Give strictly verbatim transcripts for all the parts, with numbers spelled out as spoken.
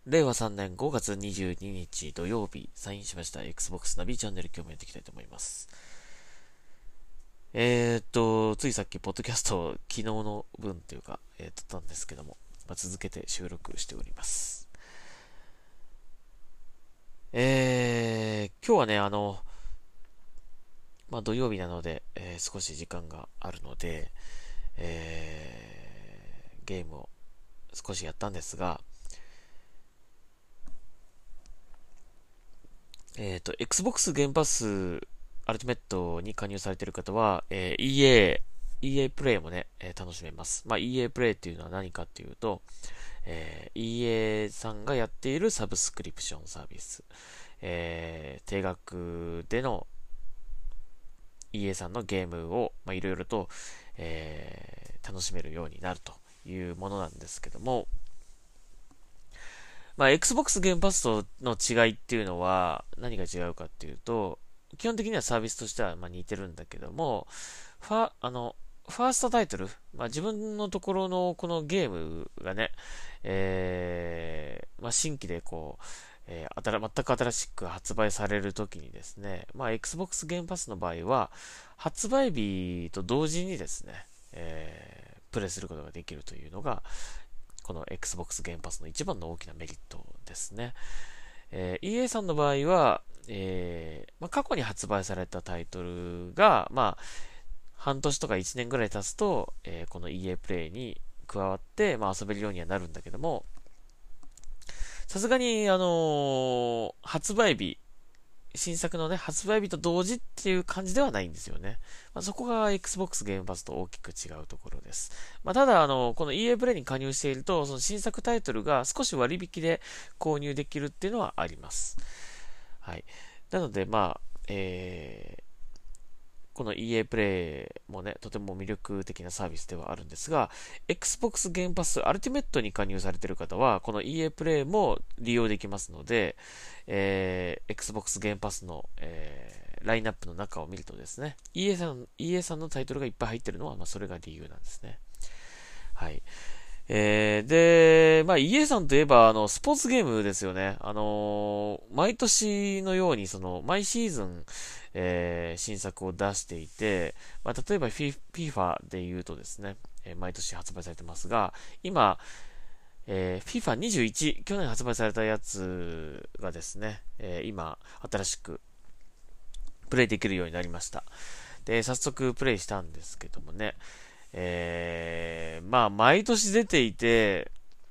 れいわさんねんごがつにじゅうににち土曜日、サインしました Xbox ナビチャンネル、今日もやっていきたいと思います。えーっと、ついさっき、ポッドキャストを昨日の分というか、えー、撮ったんですけども、まあ、続けて収録しております。えー、今日はね、あの、まあ、土曜日なので、えー少し時間があるので、えーゲームを少しやったんですが、えっと、Xbox ゲームパスアルティメットに加入されている方は、えー イーエー、イーエー プレイもね、えー楽しめます。まあ、イーエー プレイっていうのは何かっていうと、えー イーエー さんがやっているサブスクリプションサービス、えー定額での イーエー さんのゲームを、まあ、いろいろと、えー楽しめるようになるというものなんですけども、まあ、Xbox ゲームパスとの違いっていうのは何が違うかっていうと、基本的にはサービスとしてはまあ似てるんだけども、ファ、あの、ファーストタイトル、まあ、自分のところのこのゲームがね、えー、まあ、新規でこう、えー、新全く新しく発売されるときにですね、まあ、Xbox ゲームパスの場合は、発売日と同時にですね、えー、プレイすることができるというのが、この Xbox ゲームパスの一番の大きなメリットですね。えー、イーエー さんの場合は、えーまあ、過去に発売されたタイトルが、まあ、半年とかいちねんぐらい経つと、えーこの イーエー プレイに加わって、まあ、遊べるようにはなるんだけども、さすがに、あのー発売日、新作のね、発売日と同時っていう感じではないんですよね。まあ、そこが Xbox ゲームパスと大きく違うところです。まあ、ただ、あの、この イーエー プレイに加入していると、その新作タイトルが少し割引で購入できるっていうのはあります。はい。なので、まあ、えー、この イーエー プレイもね、とても魅力的なサービスではあるんですが、Xbox ゲームパスアルティメットに加入されている方は、この イーエー プレイも利用できますので、えー、Xbox ゲームパスの、えー、ラインナップの中を見るとですね、イーエー さん、イーエー さんのタイトルがいっぱい入っているのは、まあ、それが理由なんですね。はい。えー、で、まあ、イーエー さんといえば、あの、スポーツゲームですよね。あのー毎年のように、その、毎シーズン、えー新作を出していて、まあ、例えば FIFA で言うとですね、えー毎年発売されてますが、今、えー、フィファにじゅういち、去年発売されたやつがですね、えー今、新しくプレイできるようになりました。で、早速プレイしたんですけどもね、えー、まあ、毎年出ていて、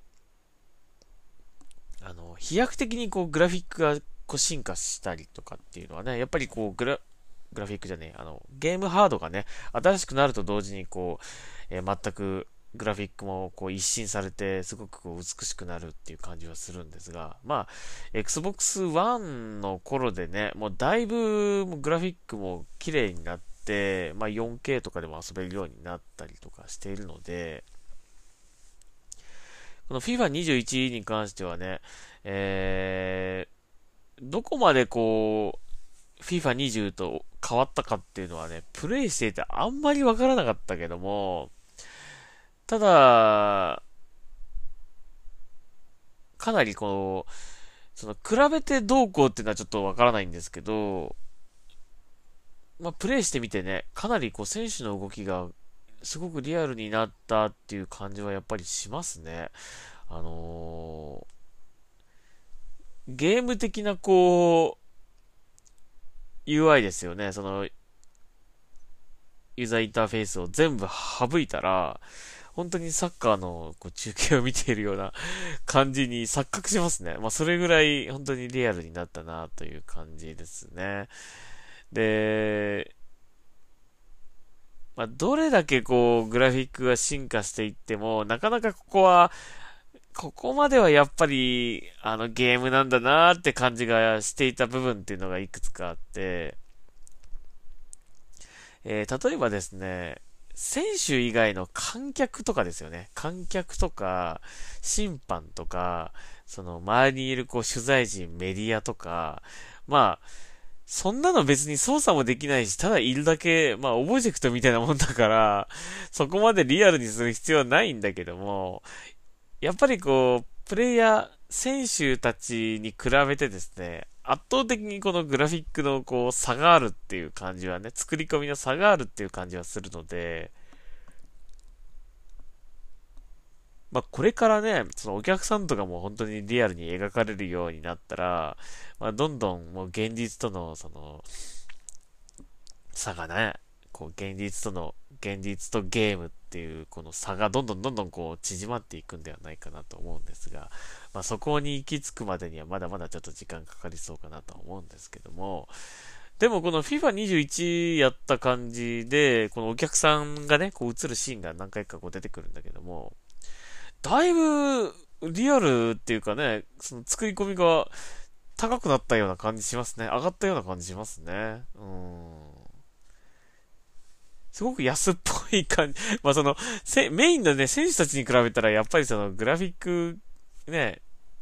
あの、飛躍的にこう、グラフィックがこう進化したりとかっていうのはね、やっぱりこう、グラ、グラフィックじゃねえ、あの、ゲームハードがね、新しくなると同時にこう、えー全くグラフィックもこう一新されて、すごくこう美しくなるっていう感じはするんですが、まあ、Xbox One の頃でね、もうだいぶもうグラフィックも綺麗になって、まあ よんケー とかでも遊べるようになったりとかしているので、この フィファにじゅういち に関してはね、えー、どこまでこう、フィファにじゅう と変わったかっていうのはね、プレイしていてあんまりわからなかったけども、ただ、かなりこう、その比べてどうこうっていうのはちょっとわからないんですけど、まあ、プレイしてみてね、かなりこう選手の動きがすごくリアルになったっていう感じはやっぱりしますね。あのーゲーム的なこう、ユーアイ ですよね。その、ユーザーインターフェースを全部省いたら、本当にサッカーのこう中継を見ているような感じに錯覚しますね。まあ、それぐらい本当にリアルになったなという感じですね。で、まあ、どれだけこう、グラフィックが進化していっても、なかなかここは、ここまではやっぱり、あのゲームなんだなーって感じがしていた部分っていうのがいくつかあって、えー例えばですね、選手以外の観客とかですよね。観客とか、審判とか、その周りにいるこう取材陣、メディアとか、まあ、そんなの別に操作もできないし、ただいるだけ、まあ、オブジェクトみたいなもんだから、そこまでリアルにする必要はないんだけども、やっぱりこう、プレイヤ選手たちに比べてですね、圧倒的にこのグラフィックのこう差があるっていう感じはね、作り込みの差があるっていう感じはするので、まあこれからね、そのお客さんとかも本当にリアルに描かれるようになったら、まあどんどんもう現実とのその差がね、こう現実との、現実とゲームっていうこの差がどんどんどんどんこう縮まっていくんではないかなと思うんですが、まあそこに行き着くまでにはまだまだちょっと時間かかりそうかなと思うんですけども、でもこの フィファにじゅういち やった感じで、このお客さんがね、こう映るシーンが何回かこう出てくるんだけども、だいぶリアルっていうかね、その作り込みが高くなったような感じしますね。上がったような感じしますね。うん。すごく安っぽい感じ。まあその、メインのね、選手たちに比べたら、やっぱりその、グラフィック、ね、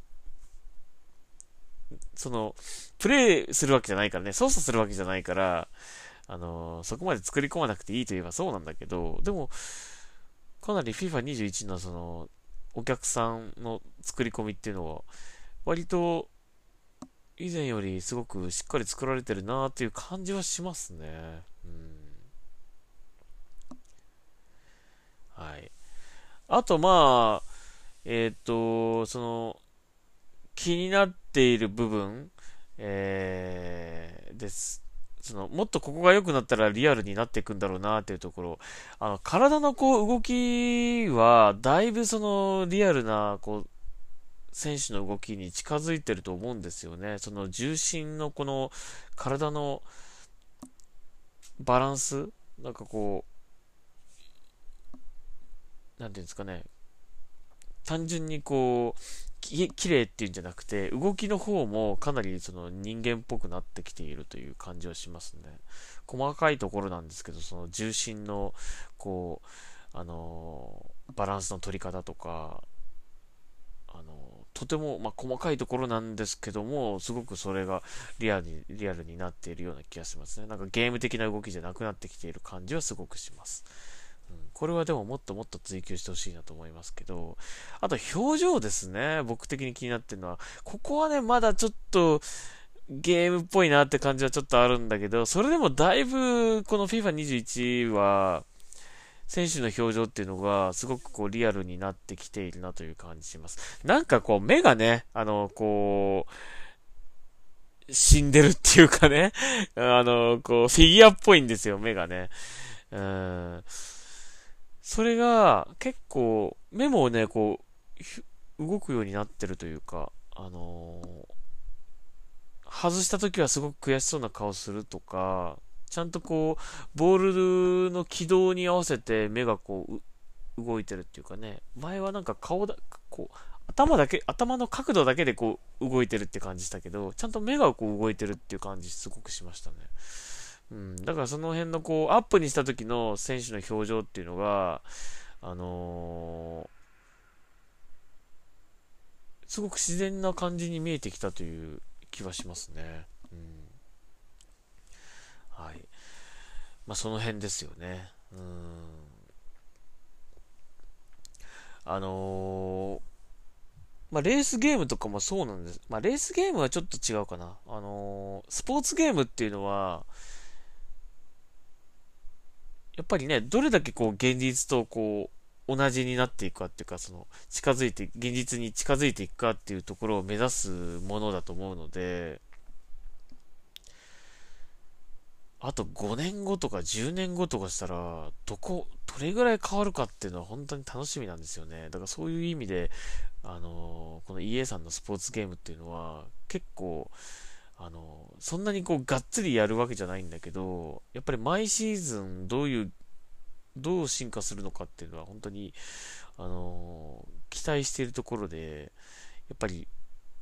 その、プレイするわけじゃないからね、操作するわけじゃないから、あのーそこまで作り込まなくていいといえばそうなんだけど、でも、かなり フィファにじゅういち のその、お客さんの作り込みっていうのは、割と、以前よりすごくしっかり作られてるなーっていう感じはしますね。うん。はい。あと、まあ、えっ、と、その、気になっている部分、えー、です。その、もっとここが良くなったらリアルになっていくんだろうなっていうところ。あの、体のこう、動きは、だいぶその、リアルな、こう、選手の動きに近づいてると思うんですよね。その重心のこの体のバランスなんかこう、なんていうんですかね。単純にこう、き、綺麗っていうんじゃなくて、動きの方もかなりその人間っぽくなってきているという感じはしますね。細かいところなんですけど、その重心の、こう、あのーバランスの取り方とか、あのーとても、まあ、細かいところなんですけども、すごくそれがリアルに、リアルになっているような気がしますね。なんかゲーム的な動きじゃなくなってきている感じはすごくします。これはでももっともっと追求してほしいなと思いますけど、あと表情ですね。僕的に気になってるのは、ここはね、まだちょっとゲームっぽいなって感じはちょっとあるんだけど、それでもだいぶこの フィファにじゅういち は、選手の表情っていうのがすごくこうリアルになってきているなという感じします。なんかこう目がね、あの、こう、死んでるっていうかね、あの、こう、フィギュアっぽいんですよ、目がね。うん。それが結構目もね、こう、動くようになってるというか、あのー外した時はすごく悔しそうな顔するとか、ちゃんとこう、ボールの軌道に合わせて目がこう、動いてるっていうかね、前はなんか顔だ、こう、頭だけ、頭の角度だけでこう、動いてるって感じしたけど、ちゃんと目がこう動いてるっていう感じすごくしましたね。うん、だからその辺のこう、アップにした時の選手の表情っていうのが、あのーすごく自然な感じに見えてきたという気はしますね。うん。はい。まあ、その辺ですよね。うん。あのーまあ、レースゲームとかもそうなんです。まあ、レースゲームはちょっと違うかな。あのースポーツゲームっていうのは、やっぱりね、どれだけこう、現実とこう、同じになっていくかっていうか、その、近づいて、現実に近づいていくかっていうところを目指すものだと思うので、あとごねんごとかじゅうねんごとかしたら、どこ、どれぐらい変わるかっていうのは本当に楽しみなんですよね。だからそういう意味で、あのーこの イーエー さんのスポーツゲームっていうのは、結構、あのーそんなにこう、がっつりやるわけじゃないんだけど、やっぱり毎シーズンどういう、どう進化するのかっていうのは本当に、あのー期待しているところで、やっぱり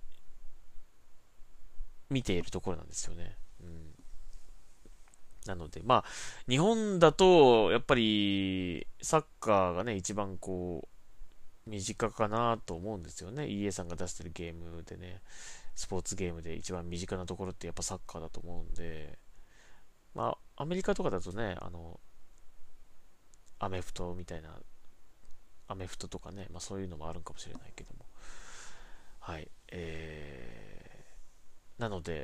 見ているところなんですよね。うん。なので、まあ、日本だと、やっぱり、サッカーがね、一番こう、身近かなと思うんですよね。イーエー さんが出してるゲームでね、スポーツゲームで一番身近なところってやっぱサッカーだと思うんで、まあ、アメリカとかだとね、あの、アメフトみたいな、アメフトとかね、まあそういうのもあるんかもしれないけども。 はい。えー、なので、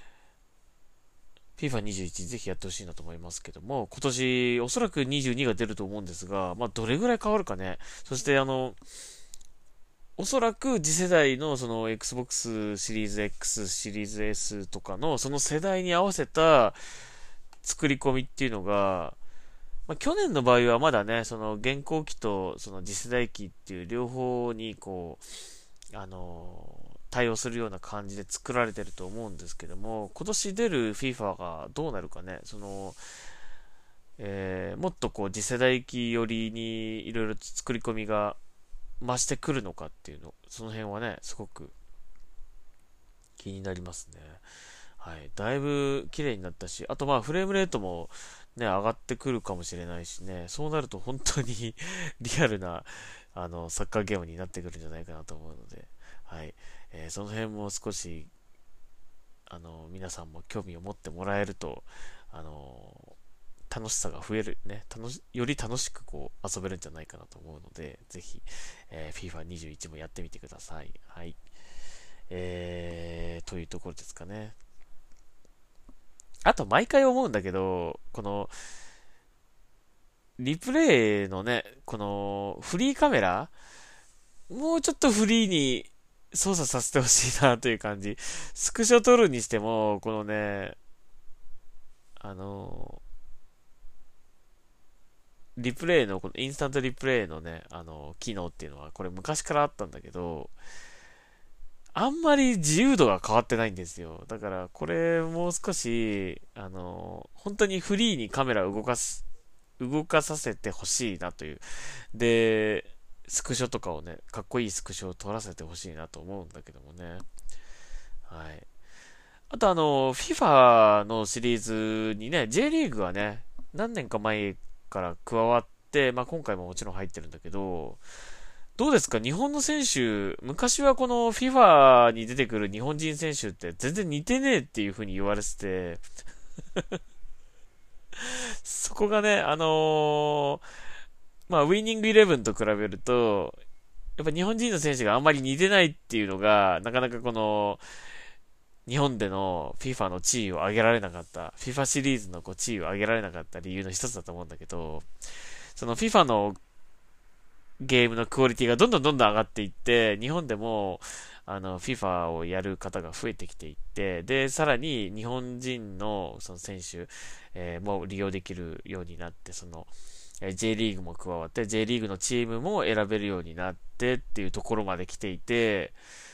フィファにじゅういち ぜひやってほしいなと思いますけども、今年おそらくにじゅうにが出ると思うんですが、まあどれぐらい変わるかね。そしてあの、おそらく次世代のその Xbox シリーズ X、シリーズ S とかのその世代に合わせた作り込みっていうのが、まあ、去年の場合はまだね、その現行機とその次世代機っていう両方にこう、あのー対応するような感じで作られてると思うんですけども、今年出る FIFA がどうなるかね、その、えーもっとこう次世代機寄りにいろいろ作り込みが増してくるのかっていうの、その辺はね、すごく気になりますね。はい。だいぶ綺麗になったし、あとまあフレームレートもね、上がってくるかもしれないしね、そうなると本当にリアルな、あの、サッカーゲームになってくるんじゃないかなと思うので、はい。えーその辺も少し、あの、皆さんも興味を持ってもらえると、あの、楽しさが増える、ね、楽し、より楽しくこう遊べるんじゃないかなと思うので、ぜひ、えー、フィファにじゅういち もやってみてください。はい。えー、というところですかね。あと、毎回思うんだけど、この、リプレイのね、この、フリーカメラもうちょっとフリーに操作させてほしいなという感じ。スクショ撮るにしても、このね、あの、リプレイの、このインスタントリプレイのね、あの、機能っていうのは、これ昔からあったんだけど、あんまり自由度が変わってないんですよ。だから、これもう少し、あの、本当にフリーにカメラを動かす、動かさせてほしいなという。で、スクショとかをね、かっこいいスクショを撮らせてほしいなと思うんだけどもね。はい。あとあの、FIFA のシリーズにね、J リーグはね、何年か前から加わって、まあ今回ももちろん入ってるんだけど、どうですか日本の選手、昔はこの FIFA に出てくる日本人選手って全然似てねえっていう風に言われてて、そこがね、あのーまあウィニングイレブンと比べると、やっぱ日本人の選手があんまり似てないっていうのが、なかなかこの、日本での FIFA の地位を上げられなかった、FIFA シリーズのこう地位を上げられなかった理由の一つだと思うんだけど、その FIFA のゲームのクオリティがどんどんどんどん上がっていって、日本でも、あの、FIFA をやる方が増えてきていって、で、さらに日本人のその選手、えーも利用できるようになって、その、えー J リーグも加わって、J リーグのチームも選べるようになってっていうところまで来ていて、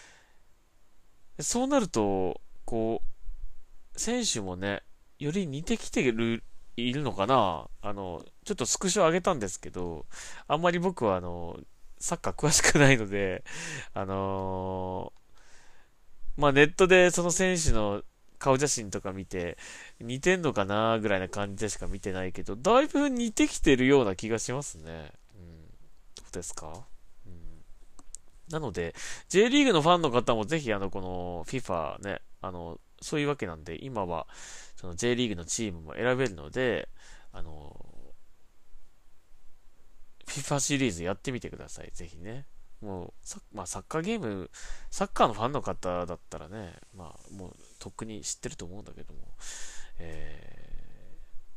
そうなると、こう、選手もね、より似てきてる、いるのかなあの、ちょっとスクショ上げたんですけど、あんまり僕はあの、サッカー詳しくないので、あのーまあ、ネットでその選手の顔写真とか見て、似てんのかなぐらいな感じでしか見てないけど、だいぶ似てきてるような気がしますね。うん。どうですか？うん。なので、J リーグのファンの方もぜひあの、この FIFA ね、あの、そういうわけなんで、今は、その J リーグのチームも選べるので、あの、FIFA シリーズやってみてください。ぜひね。もう、サッまあ、サッカーゲーム、サッカーのファンの方だったらね、まあ、もう、とっくに知ってると思うんだけども、え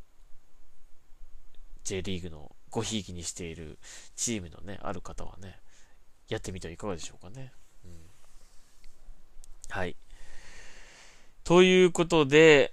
ー、J リーグのごひいきにしているチームのね、ある方はね、やってみてはいかがでしょうかね。うん、はい。ということで、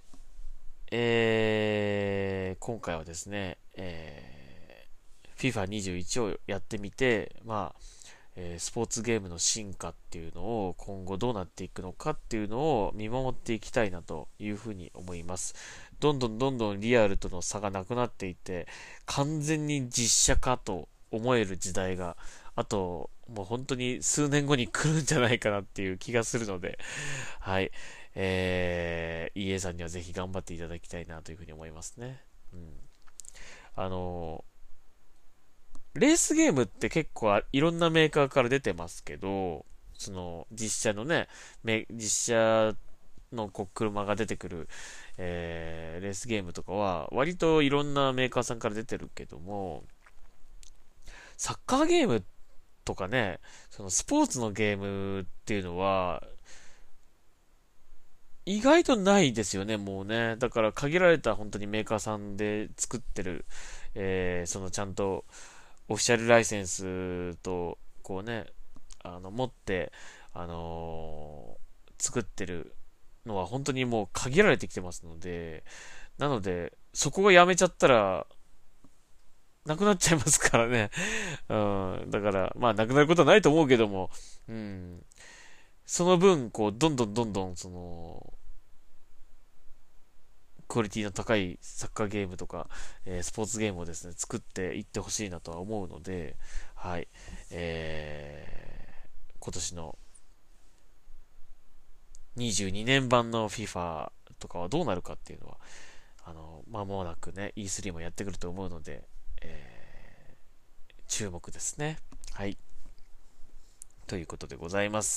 えー、今回はですね、えー、フィファにじゅういち をやってみて、まあ、えースポーツゲームの進化っていうのを今後どうなっていくのかっていうのを見守っていきたいなというふうに思います。どんどんどんどんリアルとの差がなくなっていて、完全に実写化と思える時代が、あと、もう本当に数年後に来るんじゃないかなっていう気がするので、はい。えー、イーエー さんにはぜひ頑張っていただきたいなというふうに思いますね。うん。あのレースゲームって結構いろんなメーカーから出てますけど、その実写のね、実写のこう車が出てくる、えーレースゲームとかは割といろんなメーカーさんから出てるけども、サッカーゲームっとかね、そのスポーツのゲームっていうのは、意外とないですよね、もうね。だから限られた本当にメーカーさんで作ってる、えー、そのちゃんとオフィシャルライセンスと、こうね、あの、持って、あのー作ってるのは本当にもう限られてきてますので、なので、そこがやめちゃったら、なくなっちゃいますからね。うん。だから、まあ、なくなることはないと思うけども、うん。その分、こう、どんどんどんどん、その、クオリティの高いサッカーゲームとか、えースポーツゲームをですね、作っていってほしいなとは思うので、はい。えー、今年のにじゅうにねん版の FIFA とかはどうなるかっていうのは、あの、まもなくね、イースリー もやってくると思うので、えー、注目ですね。はい。ということでございます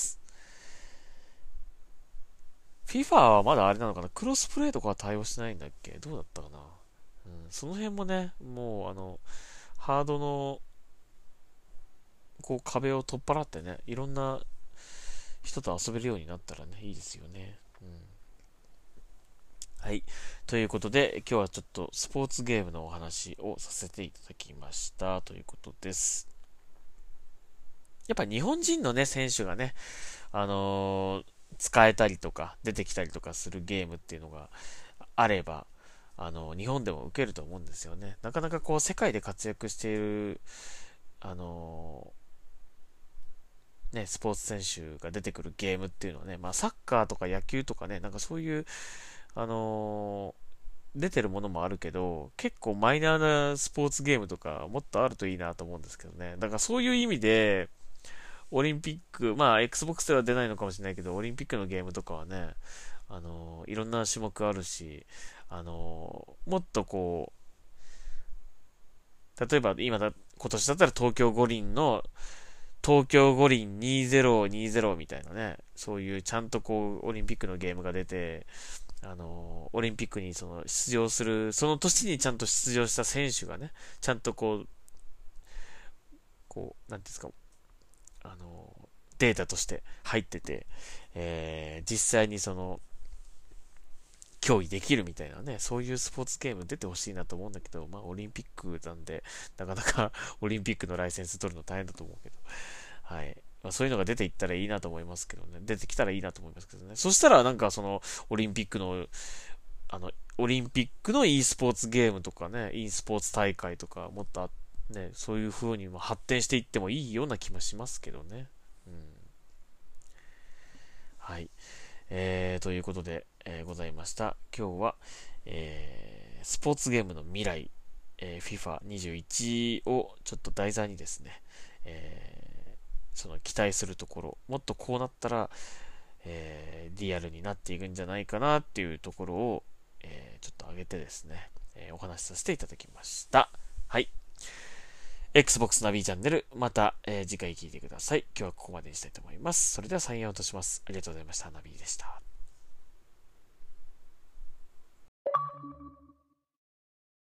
。FIFA はまだあれなのかな、クロスプレイとかは対応してないんだっけ、どうだったかな。うん、その辺もね、もうあの、ハードのこう壁を取っ払ってね、いろんな人と遊べるようになったらね、いいですよね。うん、はい。ということで、今日はちょっとスポーツゲームのお話をさせていただきましたということです。やっぱ日本人のね、選手がね、あのー使えたりとか、出てきたりとかするゲームっていうのがあれば、あのー日本でも受けると思うんですよね。なかなかこう、世界で活躍している、あのーね、スポーツ選手が出てくるゲームっていうのはね、まあ、サッカーとか野球とかね、なんかそういう、あのー出てるものもあるけど、結構マイナーなスポーツゲームとかもっとあるといいなと思うんですけどね。だからそういう意味で、オリンピック、まあ Xbox では出ないのかもしれないけど、オリンピックのゲームとかはね、あのーいろんな種目あるし、あのーもっとこう、例えば今だ、今年だったら東京五輪の東京五輪にせんにじゅうみたいなね、そういうちゃんとこう、オリンピックのゲームが出て、あのーオリンピックにその出場する、その年にちゃんと出場した選手がね、ちゃんとこう、こう、なんていうんですか、あのーデータとして入ってて、えー実際にその、競技できるみたいなね、そういうスポーツゲーム出てほしいなと思うんだけど、まあオリンピックなんで、なかなかオリンピックのライセンス取るの大変だと思うけど、はい。まあ、そういうのが出ていったらいいなと思いますけどね。出てきたらいいなと思いますけどね。そしたらなんかその、オリンピックの、あの、オリンピックの e スポーツゲームとかね、e スポーツ大会とか、もっとね、そういう風にも発展していってもいいような気もしますけどね。うん。はい。えー、ということで、えーございました。今日は、えー、スポーツゲームの未来、えー、フィファにじゅういち をちょっと題材にですね、えー、その期待するところ、もっとこうなったら、えー、リアルになっていくんじゃないかなっていうところを、えー、ちょっと上げてですね、えーお話しさせていただきました。はい。Xbox ナビチャンネル、また、えー次回聞いてください。今日はここまでにしたいと思います。それではサインアウトします。ありがとうございました。ナビでした。